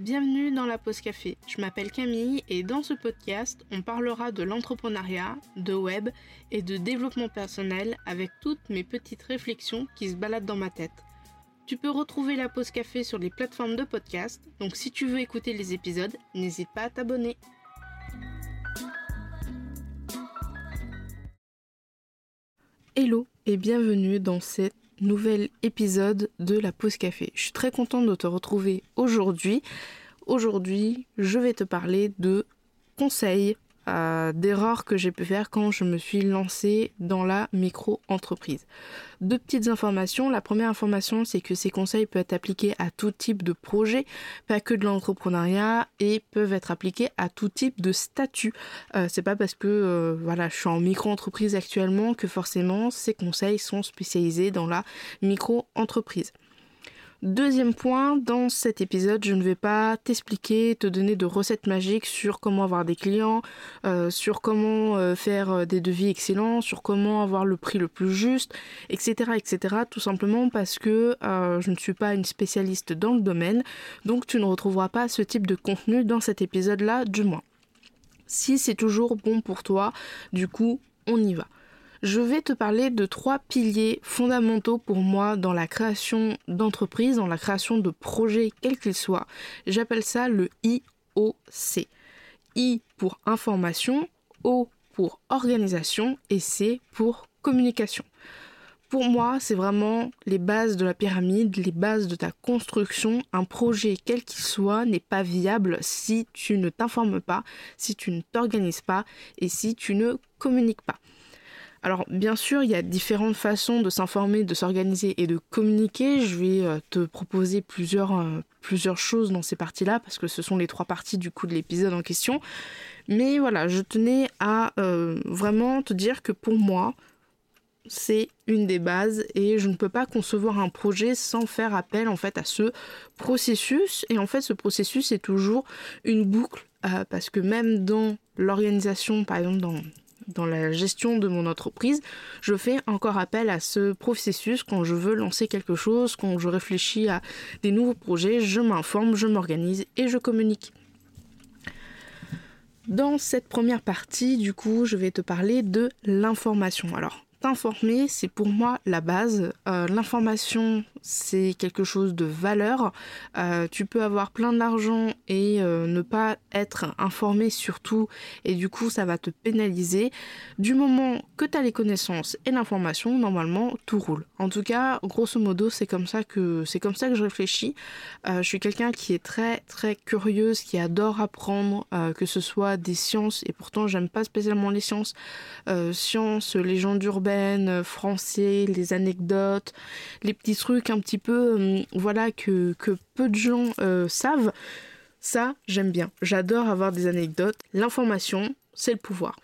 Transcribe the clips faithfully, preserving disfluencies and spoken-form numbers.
Bienvenue dans la pause café, je m'appelle Camille et dans ce podcast, on parlera de l'entrepreneuriat, de web et de développement personnel avec toutes mes petites réflexions qui se baladent dans ma tête. Tu peux retrouver la pause café sur les plateformes de podcast, donc si tu veux écouter les épisodes, n'hésite pas à t'abonner. Hello et bienvenue dans cet nouvel épisode de la pause café. Je suis très contente de te retrouver aujourd'hui. Aujourd'hui, je vais te parler de conseils, euh, d'erreurs que j'ai pu faire quand je me suis lancée dans la micro-entreprise. Deux petites informations. La première information, c'est que ces conseils peuvent être appliqués à tout type de projet, pas que de l'entrepreneuriat, et peuvent être appliqués à tout type de statut. Euh, c'est pas parce que euh, voilà, je suis en micro-entreprise actuellement que forcément ces conseils sont spécialisés dans la micro-entreprise. Deuxième point, dans cet épisode, je ne vais pas t'expliquer, te donner de recettes magiques sur comment avoir des clients, euh, sur comment euh, faire des devis excellents, sur comment avoir le prix le plus juste, et cetera, et cetera. Tout simplement parce que euh, je ne suis pas une spécialiste dans le domaine, donc tu ne retrouveras pas ce type de contenu dans cet épisode-là, du moins. Si c'est toujours bon pour toi, du coup, on y va. Je vais te parler de trois piliers fondamentaux pour moi dans la création d'entreprise, dans la création de projets quels qu'ils soient. J'appelle ça le I O C. I pour information, O pour organisation et C pour communication. Pour moi, c'est vraiment les bases de la pyramide, les bases de ta construction. Un projet quel qu'il soit n'est pas viable si tu ne t'informes pas, si tu ne t'organises pas et si tu ne communiques pas. Alors bien sûr, il y a différentes façons de s'informer, de s'organiser et de communiquer. Je vais euh, te proposer plusieurs, euh, plusieurs choses dans ces parties-là parce que ce sont les trois parties du coup de l'épisode en question. Mais voilà, je tenais à euh, vraiment te dire que pour moi, c'est une des bases et je ne peux pas concevoir un projet sans faire appel en fait à ce processus. Et en fait, ce processus est toujours une boucle euh, parce que même dans l'organisation, par exemple dans... dans la gestion de mon entreprise, je fais encore appel à ce processus quand je veux lancer quelque chose, quand je réfléchis à des nouveaux projets, je m'informe, je m'organise et je communique. Dans cette première partie, du coup, je vais te parler de l'information. Alors, t'informer, c'est pour moi la base. Euh, l'information, c'est quelque chose de valeur. Euh, tu peux avoir plein d'argent et euh, ne pas être informé sur tout et du coup, ça va te pénaliser. Du moment que tu as les connaissances et l'information, normalement, tout roule. En tout cas, grosso modo, c'est comme ça que, c'est comme ça que je réfléchis. Euh, je suis quelqu'un qui est très, très curieuse, qui adore apprendre, euh, que ce soit des sciences, et pourtant, j'aime pas spécialement les sciences. Euh, sciences, légendes urbaines, français, les anecdotes, les petits trucs un petit peu euh, voilà que, que peu de gens euh, savent. Ça, j'aime bien. J'adore avoir des anecdotes. L'information, c'est le pouvoir.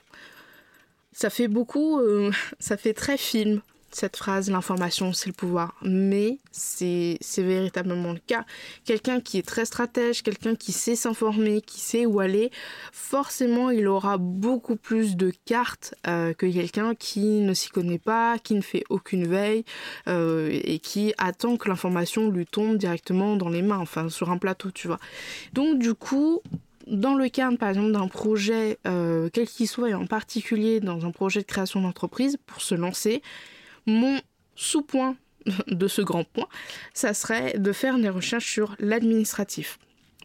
Ça fait beaucoup, euh, ça fait très film, cette phrase, l'information, c'est le pouvoir. Mais c'est, c'est véritablement le cas. Quelqu'un qui est très stratège, quelqu'un qui sait s'informer, qui sait où aller, forcément, il aura beaucoup plus de cartes euh, que quelqu'un qui ne s'y connaît pas, qui ne fait aucune veille euh, et qui attend que l'information lui tombe directement dans les mains, enfin, sur un plateau, tu vois. Donc, du coup... dans le cadre, par exemple, d'un projet, euh, quel qu'il soit, et en particulier dans un projet de création d'entreprise, pour se lancer, mon sous-point de ce grand point, ça serait de faire des recherches sur l'administratif. Pourquoi ?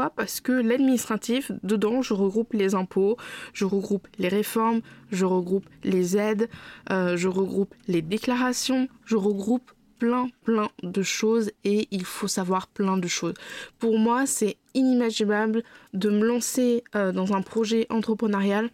Parce que l'administratif, dedans, je regroupe les impôts, je regroupe les réformes, je regroupe les aides, euh, je regroupe les déclarations, je regroupe plein, plein de choses et il faut savoir plein de choses. Pour moi, c'est inimaginable de me lancer euh, dans un projet entrepreneurial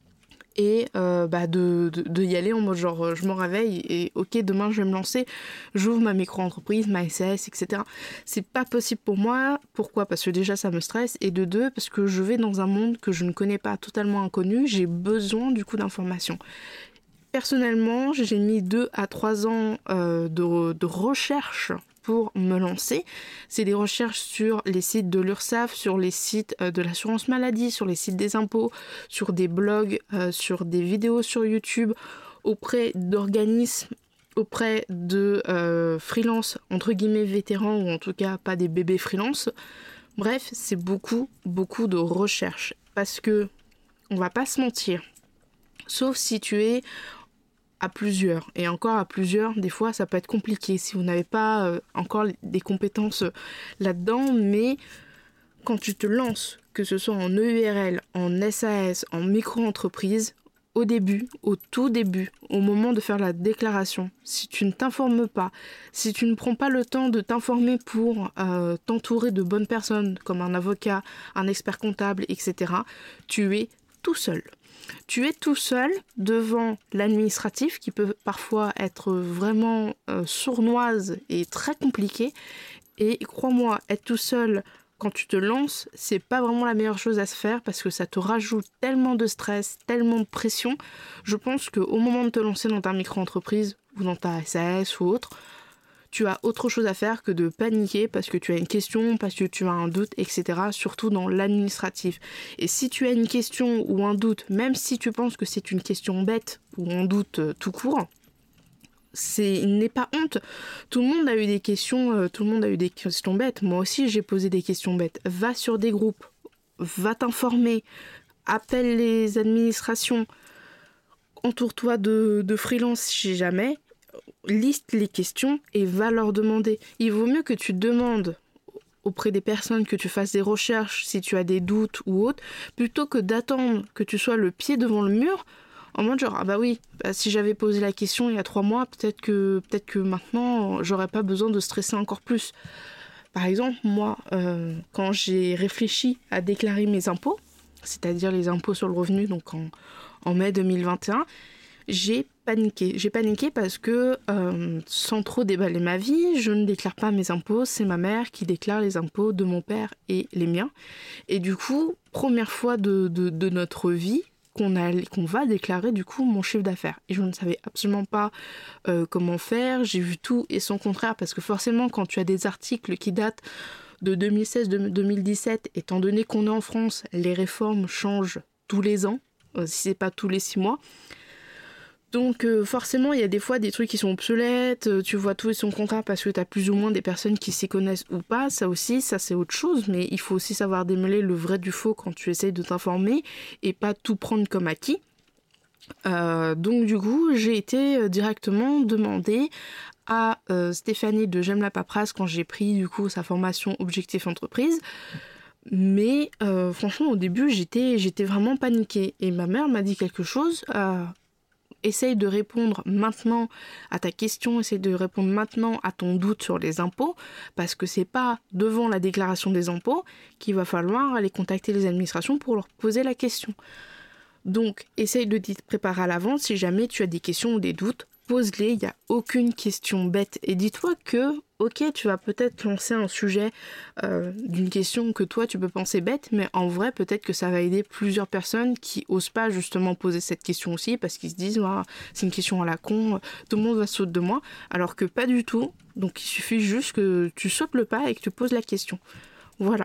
et euh, bah de, de, de y aller en mode genre je me réveille et ok demain je vais me lancer, j'ouvre ma micro-entreprise, ma S A S, et cetera. C'est pas possible pour moi. Pourquoi ? Parce que déjà ça me stresse et de deux parce que je vais dans un monde que je ne connais pas, totalement inconnu, j'ai besoin du coup d'informations. Personnellement, j'ai mis deux à trois ans euh, de, de recherche pour me lancer. C'est des recherches sur les sites de l'URSSAF, sur les sites euh, de l'assurance maladie, sur les sites des impôts, sur des blogs, euh, sur des vidéos sur YouTube, auprès d'organismes, auprès de euh, freelance, entre guillemets vétérans, ou en tout cas pas des bébés freelance. Bref, c'est beaucoup, beaucoup de recherche. Parce que, on va pas se mentir, sauf si tu es à plusieurs. Et encore à plusieurs, des fois, ça peut être compliqué si vous n'avez pas euh, encore des compétences euh, là-dedans. Mais quand tu te lances, que ce soit en E U R L, en S A S, en micro-entreprise, au début, au tout début, au moment de faire la déclaration, si tu ne t'informes pas, si tu ne prends pas le temps de t'informer pour euh, t'entourer de bonnes personnes, comme un avocat, un expert comptable, et cetera, tu es tout seul. Tu es tout seul devant l'administratif, qui peut parfois être vraiment euh, sournoise et très compliqué. Et crois-moi, être tout seul quand tu te lances, c'est pas vraiment la meilleure chose à se faire parce que ça te rajoute tellement de stress, tellement de pression. Je pense qu'au moment de te lancer dans ta micro-entreprise ou dans ta S A S ou autre, tu as autre chose à faire que de paniquer parce que tu as une question, parce que tu as un doute, et cetera. Surtout dans l'administratif. Et si tu as une question ou un doute, même si tu penses que c'est une question bête ou un doute euh, tout court, c'est, il n'est pas honte. Tout le monde a eu des questions, euh, tout le monde a eu des questions bêtes. Moi aussi, j'ai posé des questions bêtes. Va sur des groupes, va t'informer, appelle les administrations, entoure-toi de, de freelance si jamais, liste les questions et va leur demander. Il vaut mieux que tu demandes auprès des personnes, que tu fasses des recherches si tu as des doutes ou autre, plutôt que d'attendre que tu sois le pied devant le mur. En mode genre, ah bah oui, bah si j'avais posé la question il y a trois mois, peut-être que, peut-être que maintenant, j'aurais pas besoin de stresser encore plus. Par exemple, moi, euh, quand j'ai réfléchi à déclarer mes impôts, c'est-à-dire les impôts sur le revenu, donc en, en mai deux mille vingt et un, j'ai paniqué. J'ai paniqué parce que, euh, sans trop déballer ma vie, je ne déclare pas mes impôts, c'est ma mère qui déclare les impôts de mon père et les miens. Et du coup, première fois de, de, de notre vie, qu'on, a, qu'on va déclarer du coup mon chiffre d'affaires. Et je ne savais absolument pas euh, comment faire, j'ai vu tout et son contraire, parce que forcément quand tu as des articles qui datent de deux mille seize à deux mille dix-sept, étant donné qu'on est en France, les réformes changent tous les ans, euh, si c'est pas tous les six mois. Donc euh, forcément, il y a des fois des trucs qui sont obsolètes, euh, tu vois tout et son contraire parce que tu as plus ou moins des personnes qui s'y connaissent ou pas, ça aussi, ça c'est autre chose, mais il faut aussi savoir démêler le vrai du faux quand tu essayes de t'informer et pas tout prendre comme acquis. Euh, donc du coup, j'ai été directement demander à euh, Stéphanie de J'aime la paperasse quand j'ai pris du coup sa formation Objectif Entreprise. Mais euh, franchement, au début, j'étais, j'étais vraiment paniquée. Et ma mère m'a dit quelque chose... Euh, Essaye de répondre maintenant à ta question, essaye de répondre maintenant à ton doute sur les impôts, parce que c'est pas devant la déclaration des impôts qu'il va falloir aller contacter les administrations pour leur poser la question. Donc, essaye de t'y préparer à l'avance. Si jamais tu as des questions ou des doutes, pose-les, il n'y a aucune question bête. Et dis-toi que, ok, tu vas peut-être lancer un sujet euh, d'une question que toi tu peux penser bête, mais en vrai, peut-être que ça va aider plusieurs personnes qui osent pas justement poser cette question aussi, parce qu'ils se disent, ah, c'est une question à la con, tout le monde va sauter de moi, alors que pas du tout. Donc il suffit juste que tu sautes le pas et que tu poses la question. Voilà.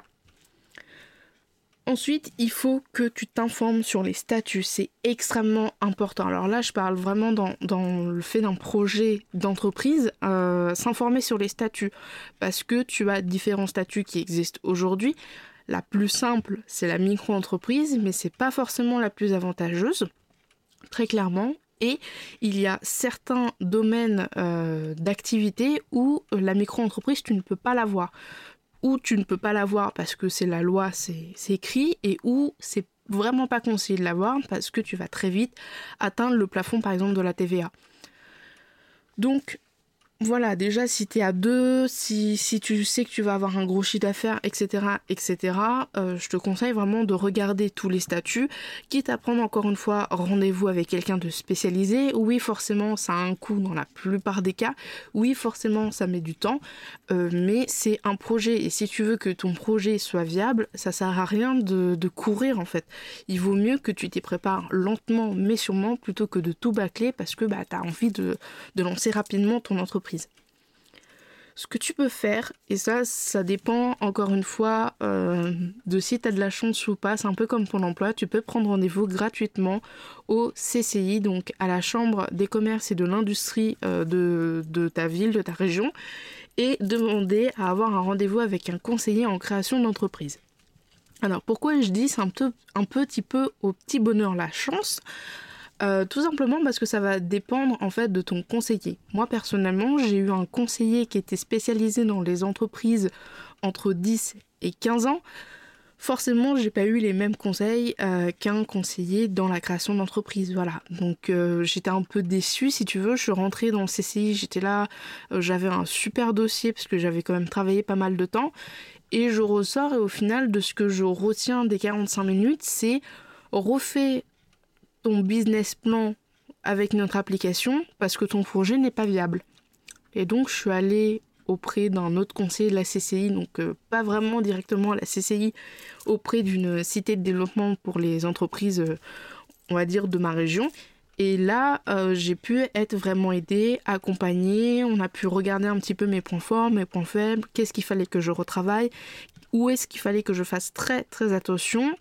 Ensuite, il faut que tu t'informes sur les statuts, c'est extrêmement important. Alors là, je parle vraiment dans, dans le fait d'un projet d'entreprise, euh, s'informer sur les statuts, parce que tu as différents statuts qui existent aujourd'hui. La plus simple, c'est la micro-entreprise, mais c'est pas forcément la plus avantageuse, très clairement. Et il y a certains domaines euh, d'activité où la micro-entreprise, tu ne peux pas l'avoir. Où tu ne peux pas l'avoir parce que c'est la loi, c'est, c'est écrit, et où c'est vraiment pas conseillé de l'avoir parce que tu vas très vite atteindre le plafond par exemple de la T V A. Donc voilà, déjà si tu es à deux, si, si tu sais que tu vas avoir un gros chiffre d'affaires, et cetera, et cetera, euh, je te conseille vraiment de regarder tous les statuts, quitte à prendre encore une fois rendez-vous avec quelqu'un de spécialisé. Oui, forcément, ça a un coût dans la plupart des cas. Oui, forcément, ça met du temps, euh, mais c'est un projet. Et si tu veux que ton projet soit viable, ça sert à rien de, de courir en fait. Il vaut mieux que tu t'y prépares lentement, mais sûrement, plutôt que de tout bâcler parce que bah, tu as envie de, de lancer rapidement ton entreprise. Ce que tu peux faire, et ça, ça dépend encore une fois euh, de si tu as de la chance ou pas, c'est un peu comme ton emploi, tu peux prendre rendez-vous gratuitement au C C I, donc à la Chambre des commerces et de l'industrie euh, de, de ta ville, de ta région, et demander à avoir un rendez-vous avec un conseiller en création d'entreprise. Alors pourquoi je dis c'est un, peu, un petit peu au petit bonheur la chance ? Euh, tout simplement parce que ça va dépendre en fait de ton conseiller. Moi personnellement, j'ai eu un conseiller qui était spécialisé dans les entreprises entre dix et quinze ans. Forcément, j'ai pas eu les mêmes conseils euh, qu'un conseiller dans la création d'entreprise. Voilà. Donc euh, j'étais un peu déçue, si tu veux. Je suis rentrée dans le C C I, j'étais là, euh, j'avais un super dossier parce que j'avais quand même travaillé pas mal de temps. Et je ressors et au final, de ce que je retiens des quarante-cinq minutes, c'est refais ton business plan avec notre application parce que ton projet n'est pas viable. Et donc, je suis allée auprès d'un autre conseiller de la C C I, donc euh, pas vraiment directement à la C C I, auprès d'une cité de développement pour les entreprises, euh, on va dire, de ma région. Et là, euh, j'ai pu être vraiment aidée, accompagnée, on a pu regarder un petit peu mes points forts, mes points faibles, qu'est-ce qu'il fallait que je retravaille, où est-ce qu'il fallait que je fasse très très attention.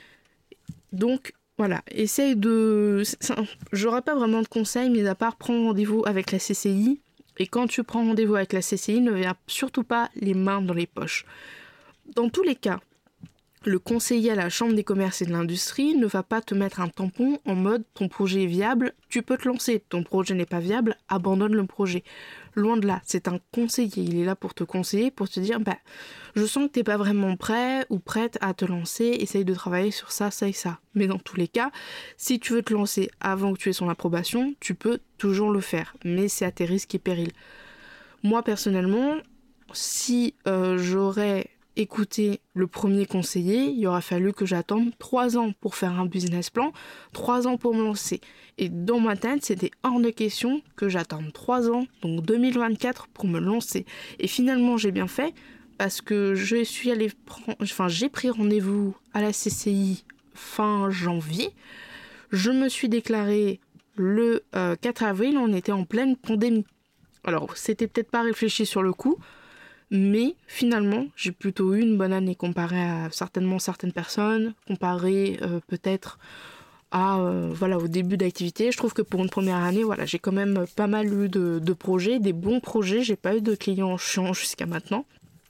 Donc voilà, essaye de... J'aurai pas vraiment de conseils, mais à part prendre rendez-vous avec la C C I. Et quand tu prends rendez-vous avec la C C I, ne viens surtout pas les mains dans les poches. Dans tous les cas, le conseiller à la Chambre des commerces et de l'industrie ne va pas te mettre un tampon en mode ton projet est viable, tu peux te lancer, ton projet n'est pas viable, abandonne le projet. Loin de là, c'est un conseiller, il est là pour te conseiller, pour te dire bah, je sens que t'es pas vraiment prêt ou prête à te lancer, essaye de travailler sur ça, ça et ça. Mais dans tous les cas, si tu veux te lancer avant que tu aies son approbation, tu peux toujours le faire, mais c'est à tes risques et périls. Moi personnellement, si euh, j'aurais écouter le premier conseiller, il aura fallu que j'attende trois ans pour faire un business plan, trois ans pour me lancer. Et dans ma tête, c'était hors de question que j'attende trois ans, donc deux mille vingt-quatre, pour me lancer. Et finalement, j'ai bien fait, parce que je suis allée prendre, enfin, j'ai pris rendez-vous à la C C I fin janvier. Je me suis déclarée le euh, quatre avril, on était en pleine pandémie. Alors, c'était peut-être pas réfléchi sur le coup, mais finalement, j'ai plutôt eu une bonne année comparé à certainement certaines personnes, comparé euh, peut-être à euh, voilà au début d'activité. Je trouve que pour une première année, voilà, j'ai quand même pas mal eu de, de projets, des bons projets. J'ai pas eu de clients chiants jusqu'à maintenant.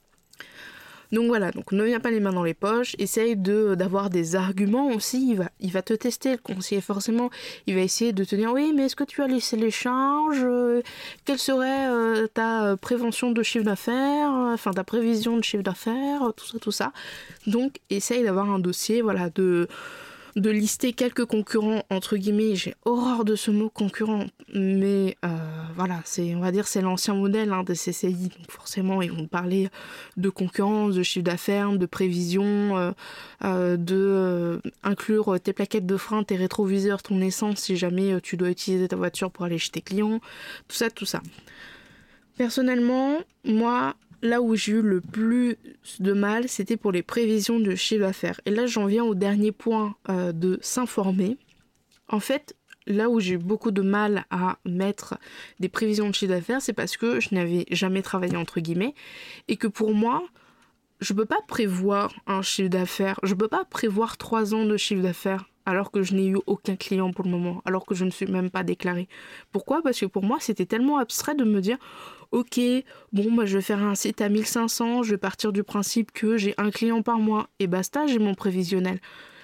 Donc voilà, donc ne viens pas les mains dans les poches, essaye de, d'avoir des arguments aussi, il va, il va te tester, le conseiller forcément, il va essayer de te dire oui mais est-ce que tu as laissé les charges, euh, quelle serait euh, ta prévention de chiffre d'affaires, euh, enfin ta prévision de chiffre d'affaires, tout ça, tout ça. Donc essaye d'avoir un dossier, voilà, de... de lister quelques concurrents, entre guillemets, j'ai horreur de ce mot concurrent, mais euh, voilà, c'est, on va dire c'est l'ancien modèle hein, des C C I, donc forcément ils vont parler de concurrence, de chiffre d'affaires, de prévision, euh, euh, de euh, inclure tes plaquettes de frein, tes rétroviseurs, ton essence si jamais tu dois utiliser ta voiture pour aller chez tes clients, tout ça, tout ça. Personnellement, moi, là où j'ai eu le plus de mal, c'était pour les prévisions de chiffre d'affaires. Et là, j'en viens au dernier point euh, de s'informer. En fait, là où j'ai eu beaucoup de mal à mettre des prévisions de chiffre d'affaires, c'est parce que je n'avais jamais travaillé entre guillemets et que pour moi, je peux pas prévoir un chiffre d'affaires. Je peux pas prévoir trois ans de chiffre d'affaires alors que je n'ai eu aucun client pour le moment, alors que je ne suis même pas déclarée. Pourquoi ? Parce que pour moi, c'était tellement abstrait de me dire ok, bon, bah, je vais faire un site à mille cinq cents, je vais partir du principe que j'ai un client par mois, et basta, j'ai mon prévisionnel.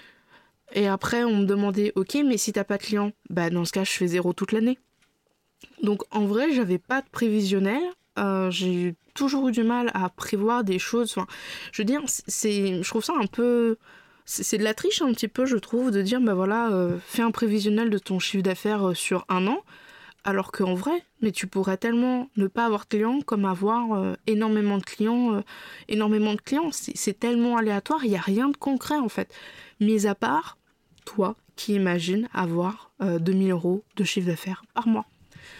Et après, on me demandait, ok, mais si t'as pas de client, bah dans ce cas, je fais zéro toute l'année. Donc en vrai, j'avais pas de prévisionnel, euh, j'ai toujours eu du mal à prévoir des choses. Enfin, je veux dire, c'est, je trouve ça un peu... C'est, c'est de la triche un petit peu, je trouve, de dire, bah voilà, euh, fais un prévisionnel de ton chiffre d'affaires sur un an, alors qu'en vrai, mais tu pourrais tellement ne pas avoir de clients comme avoir euh, énormément de clients. Euh, énormément de clients, c'est, c'est tellement aléatoire, il n'y a rien de concret en fait. Mis à part, toi qui imagines avoir euh, deux mille euros de chiffre d'affaires par mois.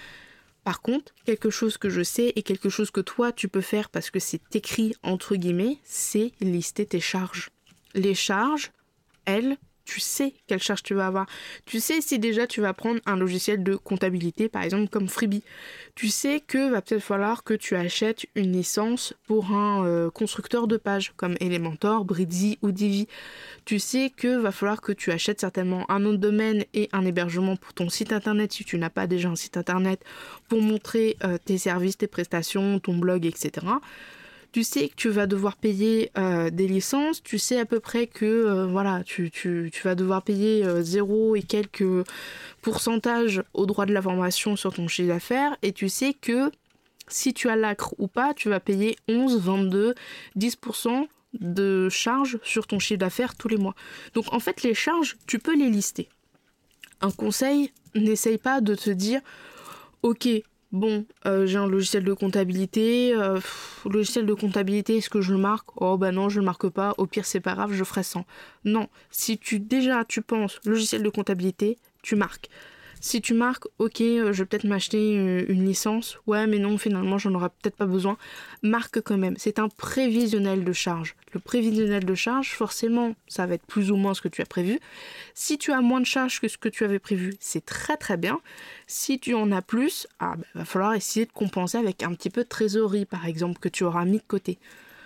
Par contre, quelque chose que je sais et quelque chose que toi tu peux faire parce que c'est écrit entre guillemets, c'est lister tes charges. Les charges, elles, tu sais quelle charge tu vas avoir. Tu sais si déjà tu vas prendre un logiciel de comptabilité, par exemple comme Freebie. Tu sais que va peut-être falloir que tu achètes une licence pour un euh, constructeur de pages comme Elementor, Brizy ou Divi. Tu sais que va falloir que tu achètes certainement un nom de domaine et un hébergement pour ton site internet si tu n'as pas déjà un site internet pour montrer euh, tes services, tes prestations, ton blog, et cetera. Tu sais que tu vas devoir payer euh, des licences, tu sais à peu près que euh, voilà, tu, tu, tu vas devoir payer euh, zéro et quelques pourcentages au droit de la formation sur ton chiffre d'affaires, et tu sais que si tu as l'acre ou pas, tu vas payer onze, vingt-deux, dix pour cent de charges sur ton chiffre d'affaires tous les mois. Donc en fait les charges, tu peux les lister. Un conseil, n'essaye pas de te dire ok, bon, euh, j'ai un logiciel de comptabilité, euh, pff, logiciel de comptabilité, est-ce que je le marque? Oh bah non, je le marque pas, au pire c'est pas grave, je ferai sans. Non, si tu déjà tu penses logiciel de comptabilité, tu marques. Si tu marques, ok, euh, je vais peut-être m'acheter une, une licence, ouais mais non, finalement j'en aurai peut-être pas besoin, marque quand même. C'est un prévisionnel de charge. Le prévisionnel de charge, forcément, ça va être plus ou moins ce que tu as prévu. Si tu as moins de charges que ce que tu avais prévu, c'est très très bien. Si tu en as plus, ah, bah, va falloir essayer de compenser avec un petit peu de trésorerie, par exemple, que tu auras mis de côté.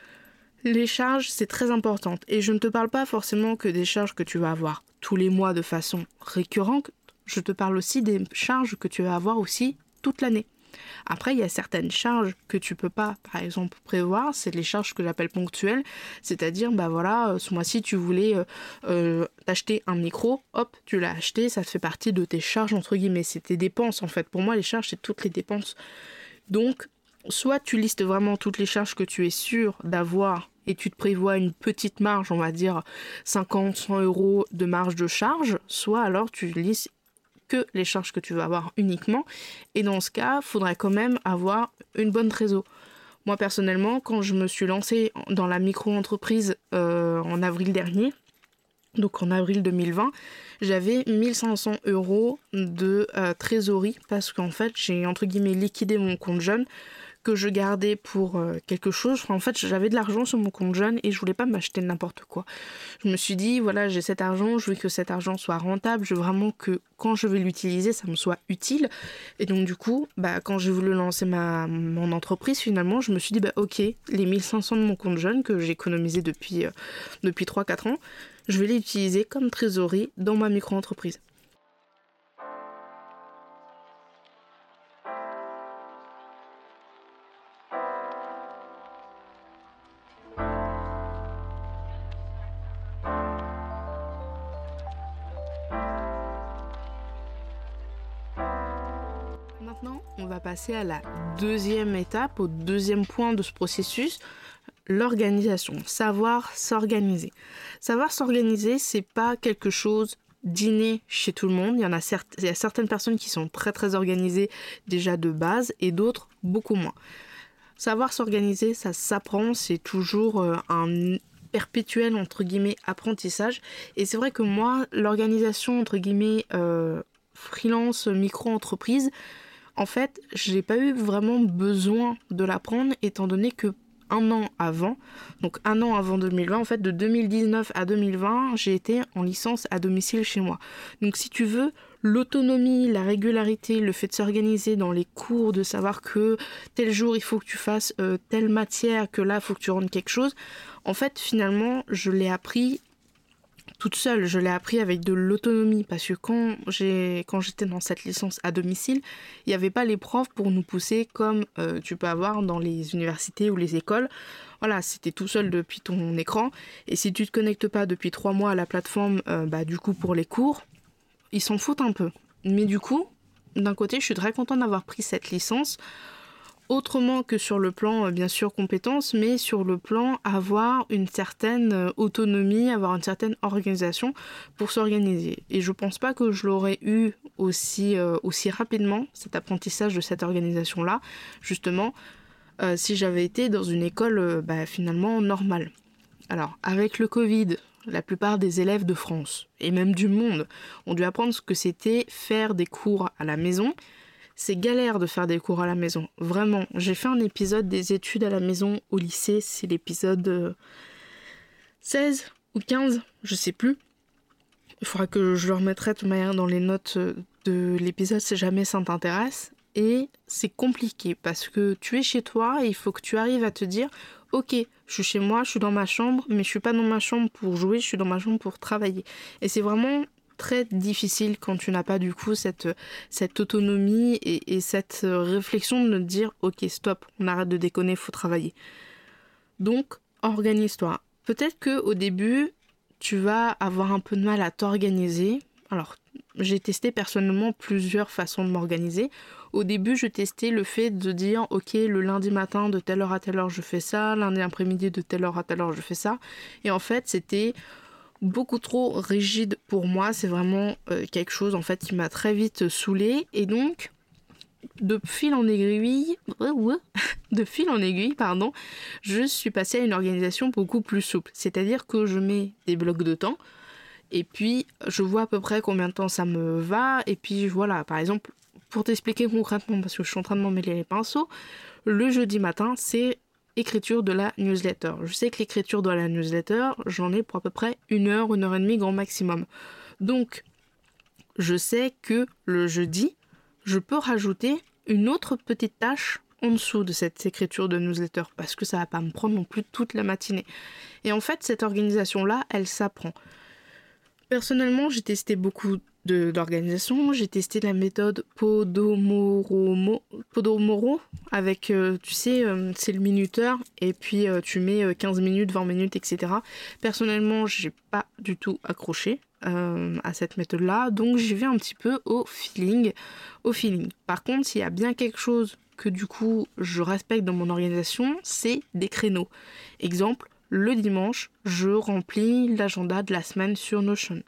Les charges, c'est très important. Et je ne te parle pas forcément que des charges que tu vas avoir tous les mois de façon récurrente. Je te parle aussi des charges que tu vas avoir aussi toute l'année. Après, il y a certaines charges que tu peux pas, par exemple, prévoir. C'est les charges que j'appelle ponctuelles. C'est-à-dire, bah voilà, ce mois-ci, tu voulais euh, euh, t'acheter un micro. Hop, tu l'as acheté. Ça fait partie de tes charges, entre guillemets. C'est tes dépenses, en fait. Pour moi, les charges, c'est toutes les dépenses. Donc, soit tu listes vraiment toutes les charges que tu es sûr d'avoir et tu te prévois une petite marge, on va dire cinquante, cent euros de marge de charge. Soit alors, tu listes que les charges que tu vas avoir uniquement, et dans ce cas, il faudrait quand même avoir une bonne trésor. Moi personnellement, quand je me suis lancée dans la micro-entreprise euh, en avril dernier, donc en avril deux mille vingt, j'avais mille cinq cents euros de euh, trésorerie parce qu'en fait j'ai entre guillemets liquidé mon compte jeune que je gardais pour euh, quelque chose. Enfin, en fait, j'avais de l'argent sur mon compte jeune et je voulais pas m'acheter n'importe quoi. Je me suis dit, voilà, j'ai cet argent, je veux que cet argent soit rentable, je veux vraiment que quand je vais l'utiliser, ça me soit utile. Et donc, du coup, bah, quand j'ai voulu lancer ma, mon entreprise, finalement, je me suis dit, bah, ok, les mille cinq cents de mon compte jeune que j'ai économisé depuis, euh, depuis trois quatre ans, je vais les utiliser comme trésorerie dans ma micro-entreprise. Maintenant, on va passer à la deuxième étape, au deuxième point de ce processus, l'organisation, savoir s'organiser. Savoir s'organiser, c'est pas quelque chose d'inné chez tout le monde. Il y en a, certes, il y a certaines personnes qui sont très très organisées déjà de base et d'autres beaucoup moins. Savoir s'organiser, ça s'apprend, c'est toujours euh, un perpétuel entre guillemets apprentissage. Et c'est vrai que moi, l'organisation entre guillemets euh, freelance, micro-entreprise, en fait, j'ai pas eu vraiment besoin de l'apprendre étant donné que un an avant, donc un an avant deux mille vingt, en fait de deux mille dix-neuf à deux mille vingt, j'ai été en licence à domicile chez moi. Donc si tu veux, l'autonomie, la régularité, le fait de s'organiser dans les cours, de savoir que tel jour il faut que tu fasses euh, telle matière, que là il faut que tu rendes quelque chose, en fait finalement je l'ai appris toute seule, je l'ai appris avec de l'autonomie parce que quand, j'ai, quand j'étais dans cette licence à domicile, il n'y avait pas les profs pour nous pousser comme euh, tu peux avoir dans les universités ou les écoles. Voilà, c'était tout seul depuis ton écran et si tu te connectes pas depuis trois mois à la plateforme, euh, bah, du coup pour les cours, ils s'en foutent un peu. Mais du coup, d'un côté, je suis très contente d'avoir pris cette licence autrement que sur le plan, euh, bien sûr, compétences, mais sur le plan avoir une certaine euh, autonomie, avoir une certaine organisation pour s'organiser. Et je pense pas que je l'aurais eu aussi, euh, aussi rapidement, cet apprentissage de cette organisation-là, justement, euh, si j'avais été dans une école euh, bah, finalement normale. Alors, avec le Covid, la plupart des élèves de France, et même du monde, ont dû apprendre ce que c'était faire des cours à la maison. C'est galère de faire des cours à la maison, vraiment. J'ai fait un épisode des études à la maison au lycée, c'est l'épisode seize ou quinze, je sais plus. Il faudra que je le remettrai de toute manière dans les notes de l'épisode si jamais ça t'intéresse. Et c'est compliqué parce que tu es chez toi et il faut que tu arrives à te dire « Ok, je suis chez moi, je suis dans ma chambre, mais je suis pas dans ma chambre pour jouer, je suis dans ma chambre pour travailler. » Et c'est vraiment très difficile quand tu n'as pas du coup cette, cette autonomie et, et cette réflexion de te dire « Ok, stop, on arrête de déconner, il faut travailler. » Donc, organise-toi. Peut-être qu'au début, tu vas avoir un peu de mal à t'organiser. Alors, j'ai testé personnellement plusieurs façons de m'organiser. Au début, je testais le fait de dire « Ok, le lundi matin, de telle heure à telle heure, je fais ça. Lundi après-midi, de telle heure à telle heure, je fais ça. » Et en fait, c'était beaucoup trop rigide pour moi. C'est vraiment euh, quelque chose en fait qui m'a très vite saoulée. Et donc, de fil en aiguille, de fil en aiguille, pardon, je suis passée à une organisation beaucoup plus souple. C'est-à-dire que je mets des blocs de temps. Et puis, je vois à peu près combien de temps ça me va. Et puis, voilà, par exemple, pour t'expliquer concrètement, parce que je suis en train de m'en mêler les pinceaux, le jeudi matin, c'est écriture de la newsletter. Je sais que l'écriture de la newsletter, j'en ai pour à peu près une heure, une heure et demie grand maximum. Donc, je sais que le jeudi, je peux rajouter une autre petite tâche en dessous de cette écriture de newsletter, parce que ça va pas me prendre non plus toute la matinée. Et en fait, cette organisation-là, elle s'apprend. Personnellement, j'ai testé beaucoup de, d'organisations. J'ai testé la méthode Podomoro, Podomoro avec, euh, tu sais, euh, c'est le minuteur, et puis euh, tu mets euh, quinze minutes, vingt minutes, et cetera. Personnellement, j'ai pas du tout accroché euh, à cette méthode-là, donc j'y vais un petit peu au feeling, au feeling. Par contre, s'il y a bien quelque chose que du coup je respecte dans mon organisation, c'est des créneaux. Exemple, le dimanche, je remplis l'agenda de la semaine sur Notion.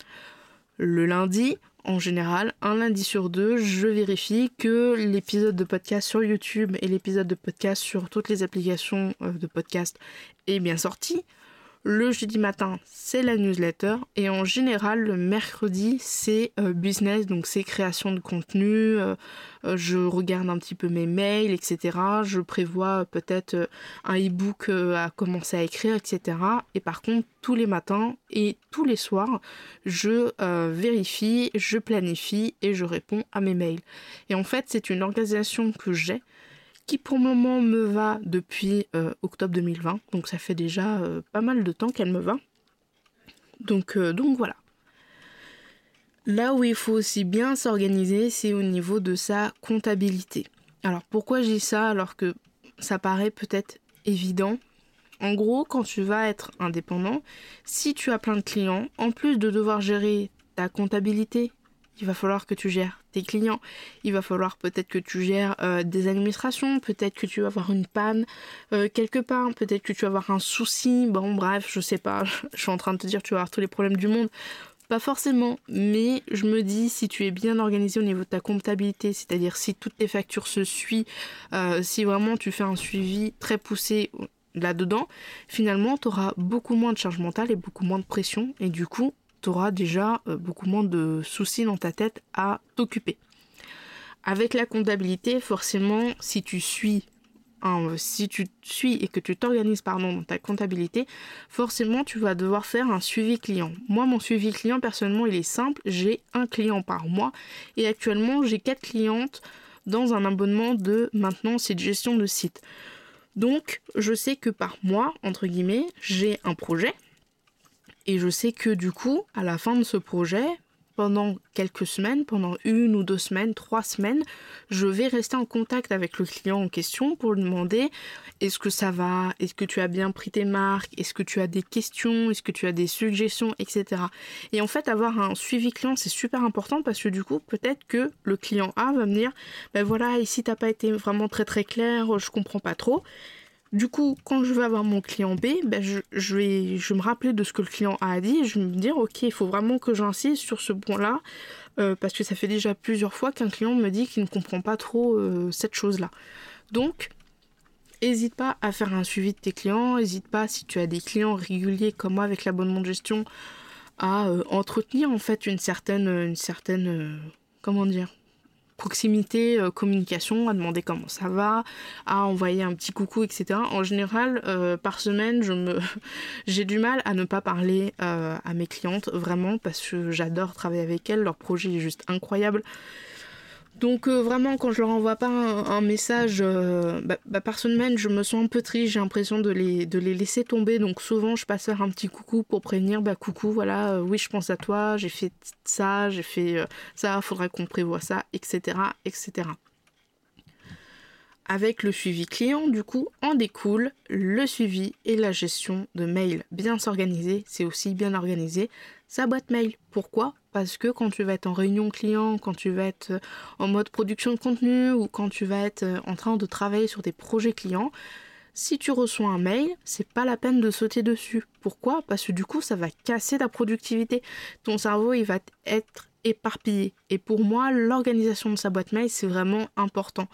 Le lundi, en général, un lundi sur deux, je vérifie que l'épisode de podcast sur YouTube et l'épisode de podcast sur toutes les applications de podcast est bien sorti. Le jeudi matin, c'est la newsletter. Et en général, le mercredi, c'est euh, business, donc c'est création de contenu. Euh, euh, je regarde un petit peu mes mails, et cetera. Je prévois peut-être euh, un e-book euh, à commencer à écrire, et cetera. Et par contre, tous les matins et tous les soirs, je euh, vérifie, je planifie et je réponds à mes mails. Et en fait, c'est une organisation que j'ai, qui pour le moment me va depuis euh, octobre deux mille vingt, donc ça fait déjà euh, pas mal de temps qu'elle me va. Donc, euh, donc voilà. Là où il faut aussi bien s'organiser, c'est au niveau de sa comptabilité. Alors pourquoi je dis ça alors que ça paraît peut-être évident ? En gros, quand tu vas être indépendant, si tu as plein de clients, en plus de devoir gérer ta comptabilité, il va falloir que tu gères tes clients, il va falloir peut-être que tu gères euh, des administrations, peut-être que tu vas avoir une panne euh, quelque part, peut-être que tu vas avoir un souci, bon bref, je sais pas, je suis en train de te dire que tu vas avoir tous les problèmes du monde, pas forcément, mais je me dis si tu es bien organisé au niveau de ta comptabilité, c'est-à-dire si toutes tes factures se suivent, euh, si vraiment tu fais un suivi très poussé là-dedans, finalement tu auras beaucoup moins de charge mentale et beaucoup moins de pression, et du coup tu auras déjà euh, beaucoup moins de soucis dans ta tête à t'occuper. Avec la comptabilité, forcément, si tu suis, hein, si tu suis et que tu t'organises pardon, dans ta comptabilité, forcément, tu vas devoir faire un suivi client. Moi, mon suivi client, personnellement, il est simple. J'ai un client par mois et actuellement, j'ai quatre clientes dans un abonnement de maintenance et de gestion de site. Donc, je sais que par mois, entre guillemets, j'ai un projet. Et je sais que du coup, à la fin de ce projet, pendant quelques semaines, pendant une ou deux semaines, trois semaines, je vais rester en contact avec le client en question pour lui demander est-ce que ça va, est-ce que tu as bien pris tes marques, est-ce que tu as des questions, est-ce que tu as des suggestions, et cetera. Et en fait, avoir un suivi client, c'est super important parce que du coup, peut-être que le client A va me dire ben voilà, ici t'as pas été vraiment très très clair, je comprends pas trop. Du coup, quand je vais avoir mon client B, ben je, je, vais, je vais me rappeler de ce que le client A a dit et je vais me dire, ok, il faut vraiment que j'insiste sur ce point-là euh, parce que ça fait déjà plusieurs fois qu'un client me dit qu'il ne comprend pas trop euh, cette chose-là. Donc, n'hésite pas à faire un suivi de tes clients, n'hésite pas, si tu as des clients réguliers comme moi avec l'abonnement de gestion, à euh, entretenir en fait une certaine, une certaine euh, comment dire, proximité, euh, communication, à demander comment ça va, à envoyer un petit coucou, et cetera. En général, euh, par semaine, je me... j'ai du mal à ne pas parler euh, à mes clientes, vraiment, parce que j'adore travailler avec elles, leur projet est juste incroyable. Donc euh, vraiment, quand je leur envoie pas un, un message euh, bah, bah, par semaine, je me sens un peu triste, j'ai l'impression de les, de les laisser tomber. Donc souvent, je passe faire un petit coucou pour prévenir, bah coucou, voilà, euh, oui, je pense à toi, j'ai fait ça, j'ai fait euh, ça, faudrait qu'on prévoie ça, et cetera, et cetera. Avec le suivi client, du coup, en découle le suivi et la gestion de mails. Bien s'organiser, c'est aussi bien organiser sa boîte mail. Pourquoi ? Parce que quand tu vas être en réunion client, quand tu vas être en mode production de contenu ou quand tu vas être en train de travailler sur des projets clients, si tu reçois un mail, c'est pas la peine de sauter dessus. Pourquoi ? Parce que du coup, ça va casser ta productivité. Ton cerveau, il va être éparpillé. Et pour moi, l'organisation de sa boîte mail, c'est vraiment important.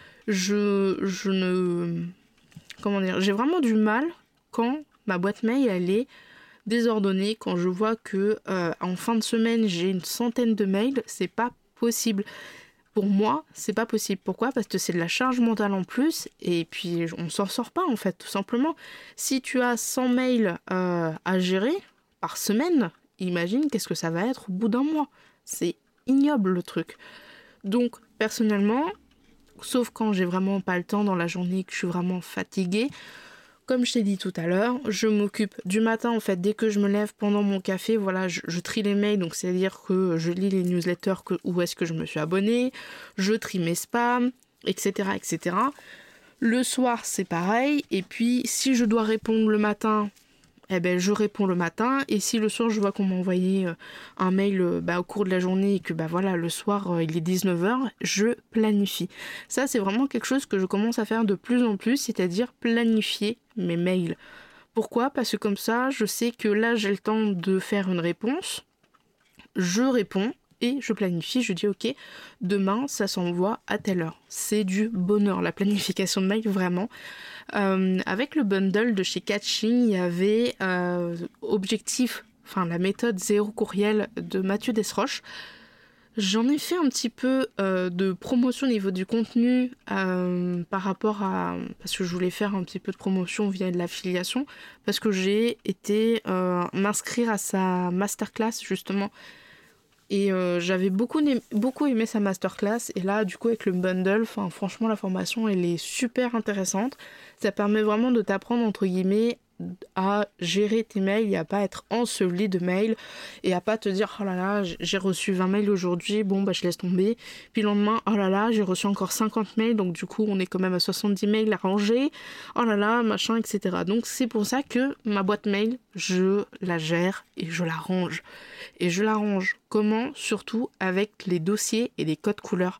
Je, je ne... Comment dire ? J'ai vraiment du mal quand ma boîte mail, elle est désordonnée, quand je vois que euh, en fin de semaine, j'ai une centaine de mails, c'est pas possible. Pour moi, c'est pas possible. Pourquoi ? Parce que c'est de la charge mentale en plus, et puis on s'en sort pas, en fait, tout simplement. Si tu as cent mails euh, à gérer par semaine, imagine qu'est-ce que ça va être au bout d'un mois. C'est ignoble, le truc. Donc, personnellement, sauf quand j'ai vraiment pas le temps dans la journée, que je suis vraiment fatiguée. Comme je t'ai dit tout à l'heure, je m'occupe du matin, en fait, dès que je me lève pendant mon café, voilà, je, je trie les mails, donc c'est-à-dire que je lis les newsletters que, où est-ce que je me suis abonnée, je trie mes spams, et cetera, et cetera. Le soir, c'est pareil, et puis si je dois répondre le matin, eh ben, je réponds le matin, et si le soir je vois qu'on m'a envoyé euh, un mail euh, bah, au cours de la journée et que bah, voilà, le soir euh, il est dix-neuf heures, je planifie. Ça, c'est vraiment quelque chose que je commence à faire de plus en plus, c'est-à-dire planifier mes mails. Pourquoi ? Parce que comme ça, je sais que là j'ai le temps de faire une réponse, je réponds, et je planifie, je dis ok, demain ça s'envoie à telle heure. C'est du bonheur, la planification de mail, vraiment. Euh, avec le bundle de chez Catching, il y avait euh, objectif, enfin la méthode zéro courriel de Mathieu Desroches. J'en ai fait un petit peu euh, de promotion au niveau du contenu euh, par rapport à... Parce que je voulais faire un petit peu de promotion via de l'affiliation, parce que j'ai été euh, m'inscrire à sa masterclass justement. Et euh, j'avais beaucoup, beaucoup aimé sa masterclass. Et là, du coup, avec le bundle, franchement, la formation, elle est super intéressante. Ça permet vraiment de t'apprendre, entre guillemets, à gérer tes mails et à pas être enseveli de mails et à pas te dire oh là là j'ai reçu vingt mails aujourd'hui, bon bah je laisse tomber, puis le lendemain oh là là j'ai reçu encore cinquante mails, donc du coup on est quand même à soixante-dix mails à ranger, oh là là machin, etc. Donc c'est pour ça que ma boîte mail, je la gère et je la range. Et je la range comment ? Surtout avec les dossiers et les codes couleurs.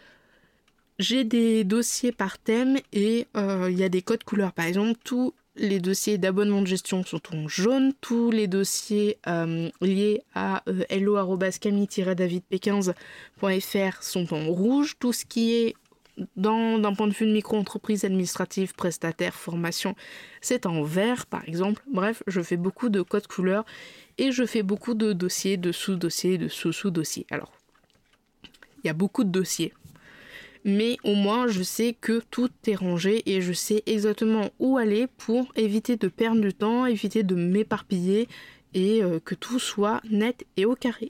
J'ai des dossiers par thème et il euh, y a des codes couleurs. Par exemple, tous les dossiers d'abonnement de gestion sont en jaune, tous les dossiers euh, liés à euh, hello arobase camille tiret david p quinze point f r sont en rouge, tout ce qui est dans, d'un point de vue de micro-entreprise administrative, prestataire, formation, c'est en vert par exemple. Bref, je fais beaucoup de codes couleurs et je fais beaucoup de dossiers, de sous-dossiers, de sous-sous-dossiers. Alors, il y a beaucoup de dossiers. Mais au moins je sais que tout est rangé et je sais exactement où aller pour éviter de perdre du temps, éviter de m'éparpiller et euh, que tout soit net et au carré.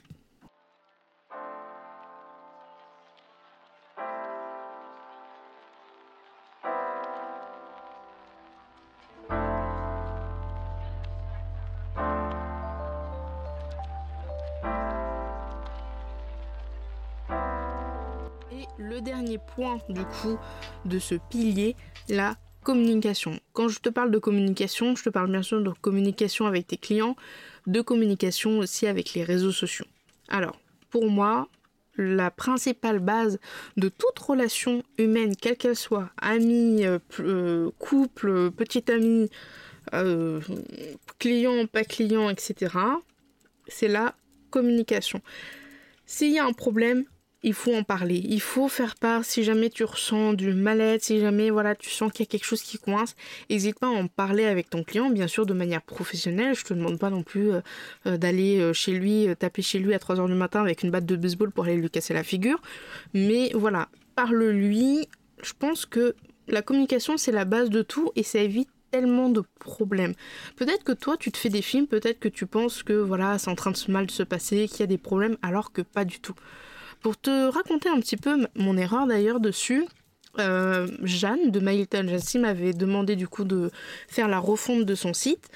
Et le dernier point du coup de ce pilier, la communication. Quand je te parle de communication, je te parle bien sûr de communication avec tes clients, de communication aussi avec les réseaux sociaux. Alors, pour moi, la principale base de toute relation humaine, quelle qu'elle soit, amie, euh, couple, petite amie, euh, client, pas client, et cetera, c'est la communication. S'il y a un problème, il faut en parler. Il faut faire part si jamais tu ressens du mal-être, si jamais voilà, tu sens qu'il y a quelque chose qui coince. N'hésite pas à en parler avec ton client, bien sûr de manière professionnelle. Je te demande pas non plus euh, euh, d'aller euh, chez lui, euh, taper chez lui à trois heures du matin avec une batte de baseball pour aller lui casser la figure. Mais voilà, parle-lui. Je pense que la communication, c'est la base de tout et ça évite tellement de problèmes. Peut-être que toi, tu te fais des films, peut-être que tu penses que voilà, c'est en train de se mal se passer, qu'il y a des problèmes, alors que pas du tout. Pour te raconter un petit peu mon erreur d'ailleurs dessus, euh, Jeanne de My Little Jessie m'avait demandé du coup de faire la refonte de son site.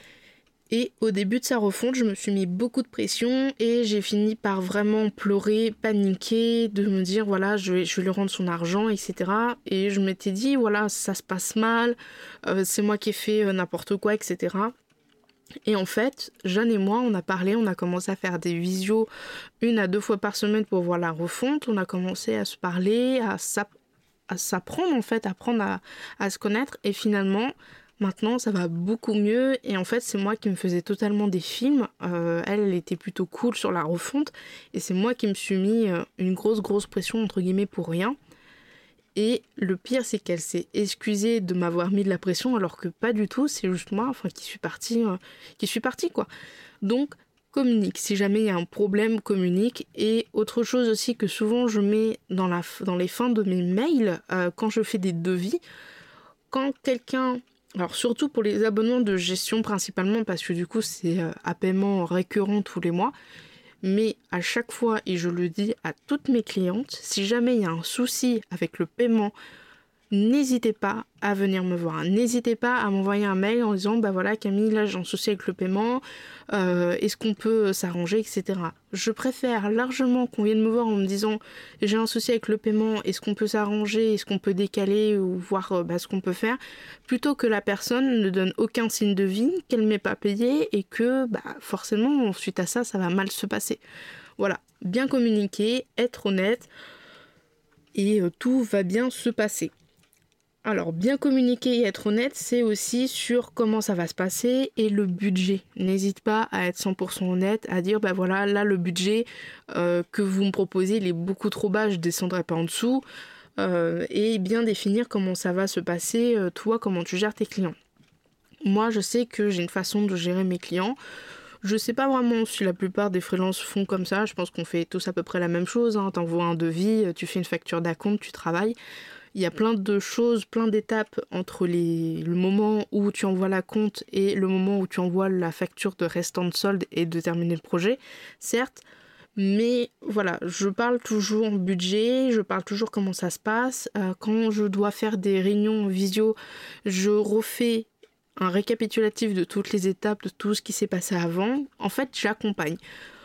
Et au début de sa refonte, je me suis mis beaucoup de pression et j'ai fini par vraiment pleurer, paniquer, de me dire voilà, je vais, je vais lui rendre son argent, et cetera. Et je m'étais dit voilà, ça se passe mal, euh, c'est moi qui ai fait euh, n'importe quoi, et cetera. Et en fait, Jeanne et moi, on a parlé, on a commencé à faire des visios une à deux fois par semaine pour voir la refonte. On a commencé à se parler, à, s'app- à s'apprendre en fait, à apprendre à, à se connaître. Et finalement, maintenant, ça va beaucoup mieux. Et en fait, c'est moi qui me faisais totalement des films. Euh, elle, elle était plutôt cool sur la refonte. Et c'est moi qui me suis mis euh, une grosse, grosse pression, entre guillemets, pour rien. Et le pire, c'est qu'elle s'est excusée de m'avoir mis de la pression, alors que pas du tout, c'est juste moi, enfin, qui suis partie, euh, qui suis partie, quoi. Donc, communique. Si jamais il y a un problème, communique. Et autre chose aussi que souvent je mets dans, la, dans les fins de mes mails, euh, quand je fais des devis, quand quelqu'un... Alors surtout pour les abonnements de gestion principalement, parce que du coup, c'est euh, à paiement récurrent tous les mois. Mais à chaque fois, et je le dis à toutes mes clientes, si jamais il y a un souci avec le paiement, n'hésitez pas à venir me voir. N'hésitez pas à m'envoyer un mail en disant bah voilà Camille, là j'ai un souci avec le paiement, euh, est-ce qu'on peut s'arranger, et cetera. Je préfère largement qu'on vienne me voir en me disant j'ai un souci avec le paiement, est-ce qu'on peut s'arranger, est-ce qu'on peut décaler ou voir euh, bah, ce qu'on peut faire, plutôt que la personne ne donne aucun signe de vie, qu'elle ne m'ait pas payé et que bah, forcément suite à ça, ça va mal se passer. Voilà, bien communiquer, être honnête et euh, tout va bien se passer. Alors, bien communiquer et être honnête, c'est aussi sur comment ça va se passer et le budget. N'hésite pas à être cent pour cent honnête, à dire, bah voilà, là, le budget euh, que vous me proposez, il est beaucoup trop bas, je descendrai pas en dessous. Euh, et bien définir comment ça va se passer, euh, toi, comment tu gères tes clients. Moi, je sais que j'ai une façon de gérer mes clients. Je sais pas vraiment si la plupart des freelances font comme ça. Je pense qu'on fait tous à peu près la même chose. Hein. T'envoies un devis, tu fais une facture d'acompte, tu travailles. Il y a plein de choses, plein d'étapes entre les, le moment où tu envoies la compte et le moment où tu envoies la facture de restant de solde et de terminer le projet, certes. Mais voilà, je parle toujours budget, je parle toujours comment ça se passe. Euh, quand je dois faire des réunions visio, je refais un récapitulatif de toutes les étapes, de tout ce qui s'est passé avant. En fait, j'accompagne. Pourquoi ?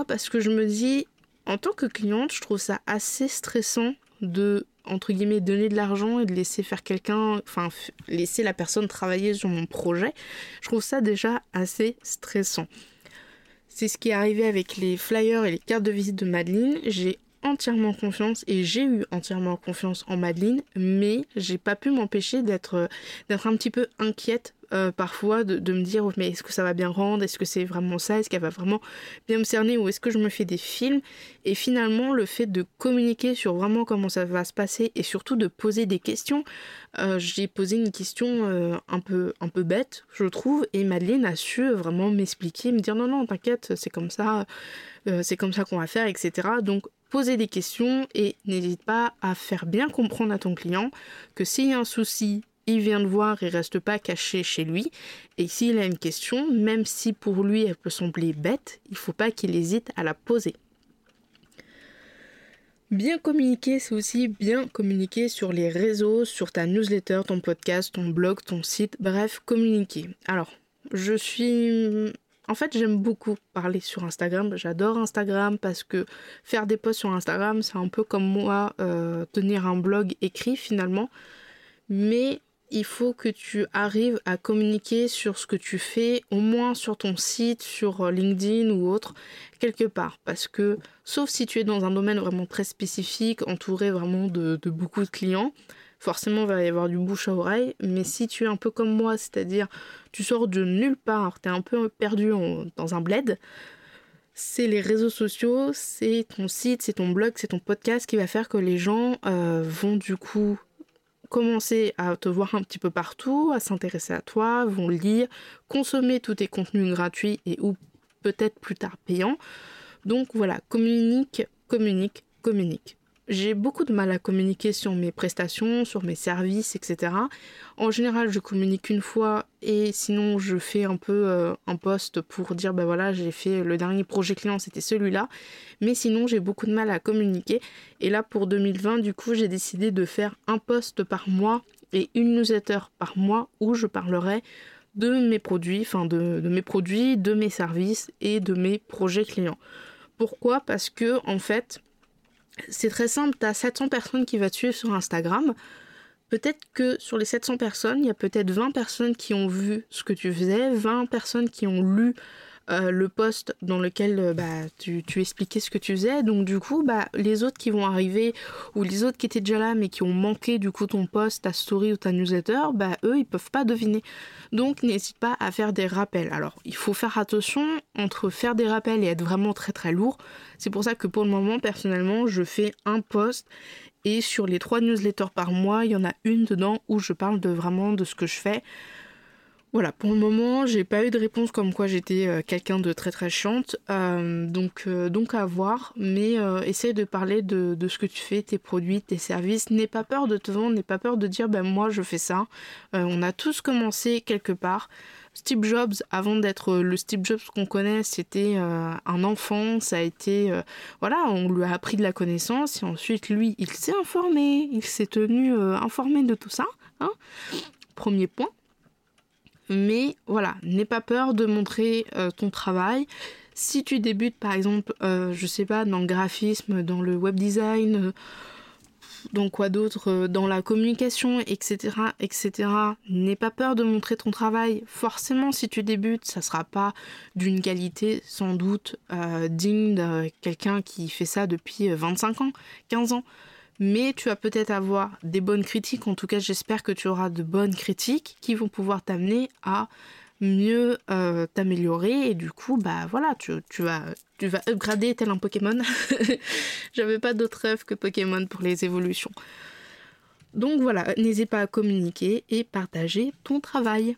Parce que je me dis, en tant que cliente, je trouve ça assez stressant de, entre guillemets, donner de l'argent et de laisser faire quelqu'un, enfin, f- laisser la personne travailler sur mon projet. Je trouve ça déjà assez stressant. C'est ce qui est arrivé avec les flyers et les cartes de visite de Madeleine. J'ai entièrement confiance et j'ai eu entièrement confiance en Madeleine, mais j'ai pas pu m'empêcher d'être, d'être un petit peu inquiète euh, parfois, de, de me dire mais est-ce que ça va bien rendre, est-ce que c'est vraiment ça, est-ce qu'elle va vraiment bien me cerner ou est-ce que je me fais des films. Et finalement le fait de communiquer sur vraiment comment ça va se passer et surtout de poser des questions, euh, j'ai posé une question euh, un peu, un peu bête je trouve et Madeleine a su vraiment m'expliquer, me dire non non t'inquiète c'est comme ça, euh, c'est comme ça qu'on va faire, et cetera. Donc poser des questions et n'hésite pas à faire bien comprendre à ton client que s'il y a un souci, il vient te voir, il reste pas caché chez lui. Et s'il a une question, même si pour lui elle peut sembler bête, il faut pas qu'il hésite à la poser. Bien communiquer, c'est aussi bien communiquer sur les réseaux, sur ta newsletter, ton podcast, ton blog, ton site, bref, communiquer. Alors, je suis... En fait, j'aime beaucoup parler sur Instagram. J'adore Instagram parce que faire des posts sur Instagram, c'est un peu comme moi, euh, tenir un blog écrit finalement. Mais il faut que tu arrives à communiquer sur ce que tu fais, au moins sur ton site, sur LinkedIn ou autre, quelque part. Parce que, sauf si tu es dans un domaine vraiment très spécifique, entouré vraiment de, de beaucoup de clients, forcément il va y avoir du bouche à oreille. Mais si tu es un peu comme moi, c'est-à-dire tu sors de nulle part, tu es un peu perdu en- dans un bled, c'est les réseaux sociaux, c'est ton site, c'est ton blog, c'est ton podcast qui va faire que les gens euh, vont du coup commencer à te voir un petit peu partout, à s'intéresser à toi, vont lire, consommer tous tes contenus gratuits et ou peut-être plus tard payants. Donc voilà, communique, communique, communique. J'ai beaucoup de mal à communiquer sur mes prestations, sur mes services, et cetera. En général, je communique une fois et sinon je fais un peu euh, un post pour dire ben voilà, j'ai fait le dernier projet client, c'était celui-là. Mais sinon, j'ai beaucoup de mal à communiquer. Et là, pour deux mille vingt, du coup, j'ai décidé de faire un post par mois et une newsletter par mois où je parlerai de mes produits, enfin de, de mes produits, de mes services et de mes projets clients. Pourquoi ? Parce que en fait, c'est très simple, tu as sept cents personnes qui vont te suivre sur Instagram. Peut-être que sur les sept cents personnes, il y a peut-être vingt personnes qui ont vu ce que tu faisais, vingt personnes qui ont lu euh, le post dans lequel euh, bah, tu, tu expliquais ce que tu faisais. Donc du coup, bah, les autres qui vont arriver, ou les autres qui étaient déjà là mais qui ont manqué du coup ton post, ta story ou ta newsletter, bah, eux, ils peuvent pas deviner. Donc n'hésite pas à faire des rappels. Alors, il faut faire attention entre faire des rappels et être vraiment très très lourd. C'est pour ça que pour le moment, personnellement, je fais un post et sur les trois newsletters par mois, il y en a une dedans où je parle de vraiment de ce que je fais. Voilà, pour le moment, j'ai pas eu de réponse comme quoi j'étais euh, quelqu'un de très très chiante, euh, donc, euh, donc à voir, mais euh, essaye de parler de, de ce que tu fais, tes produits, tes services, n'aie pas peur de te vendre, n'aie pas peur de dire ben moi je fais ça, euh, on a tous commencé quelque part. Steve Jobs, avant d'être le Steve Jobs qu'on connaît, c'était euh, un enfant, ça a été, euh, voilà, on lui a appris de la connaissance, et ensuite lui, il s'est informé, il s'est tenu euh, informé de tout ça, hein, premier point. Mais voilà, n'aie pas peur de montrer euh, ton travail. Si tu débutes par exemple, euh, je sais pas, dans le graphisme, dans le web design, euh, dans quoi d'autre, euh, dans la communication, et cetera, et cetera, n'aie pas peur de montrer ton travail. Forcément, si tu débutes, ça sera pas d'une qualité sans doute euh, digne de quelqu'un qui fait ça depuis vingt-cinq ans, quinze ans. Mais tu vas peut-être avoir des bonnes critiques, en tout cas j'espère que tu auras de bonnes critiques qui vont pouvoir t'amener à mieux euh, t'améliorer et du coup bah voilà tu, tu, vas, tu vas upgrader tel un Pokémon. J'avais pas d'autre rêve que Pokémon pour les évolutions. Donc voilà, n'hésite pas à communiquer et partager ton travail.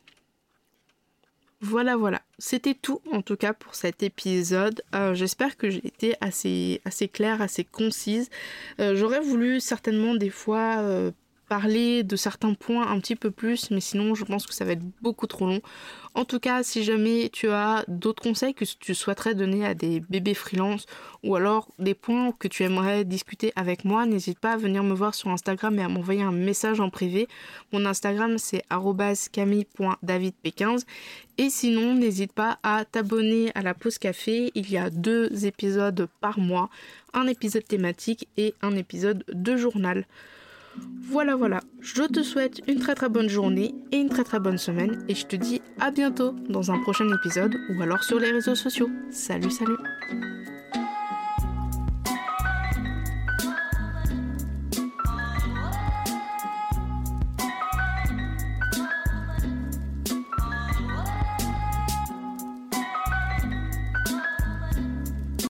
Voilà, voilà. C'était tout, en tout cas, pour cet épisode. Euh, j'espère que j'ai été assez, assez claire, assez concise. Euh, j'aurais voulu certainement des fois euh, parler de certains points un petit peu plus, mais sinon, je pense que ça va être beaucoup trop long. En tout cas, si jamais tu as d'autres conseils que tu souhaiterais donner à des bébés freelance ou alors des points que tu aimerais discuter avec moi, n'hésite pas à venir me voir sur Instagram et à m'envoyer un message en privé. Mon Instagram, c'est arobase camille point david p quinze. Et sinon, n'hésite pas à t'abonner à la pause café. Il y a deux épisodes par mois, un épisode thématique et un épisode de journal. Voilà, voilà, je te souhaite une très très bonne journée et une très très bonne semaine et je te dis à bientôt dans un prochain épisode ou alors sur les réseaux sociaux. Salut, salut!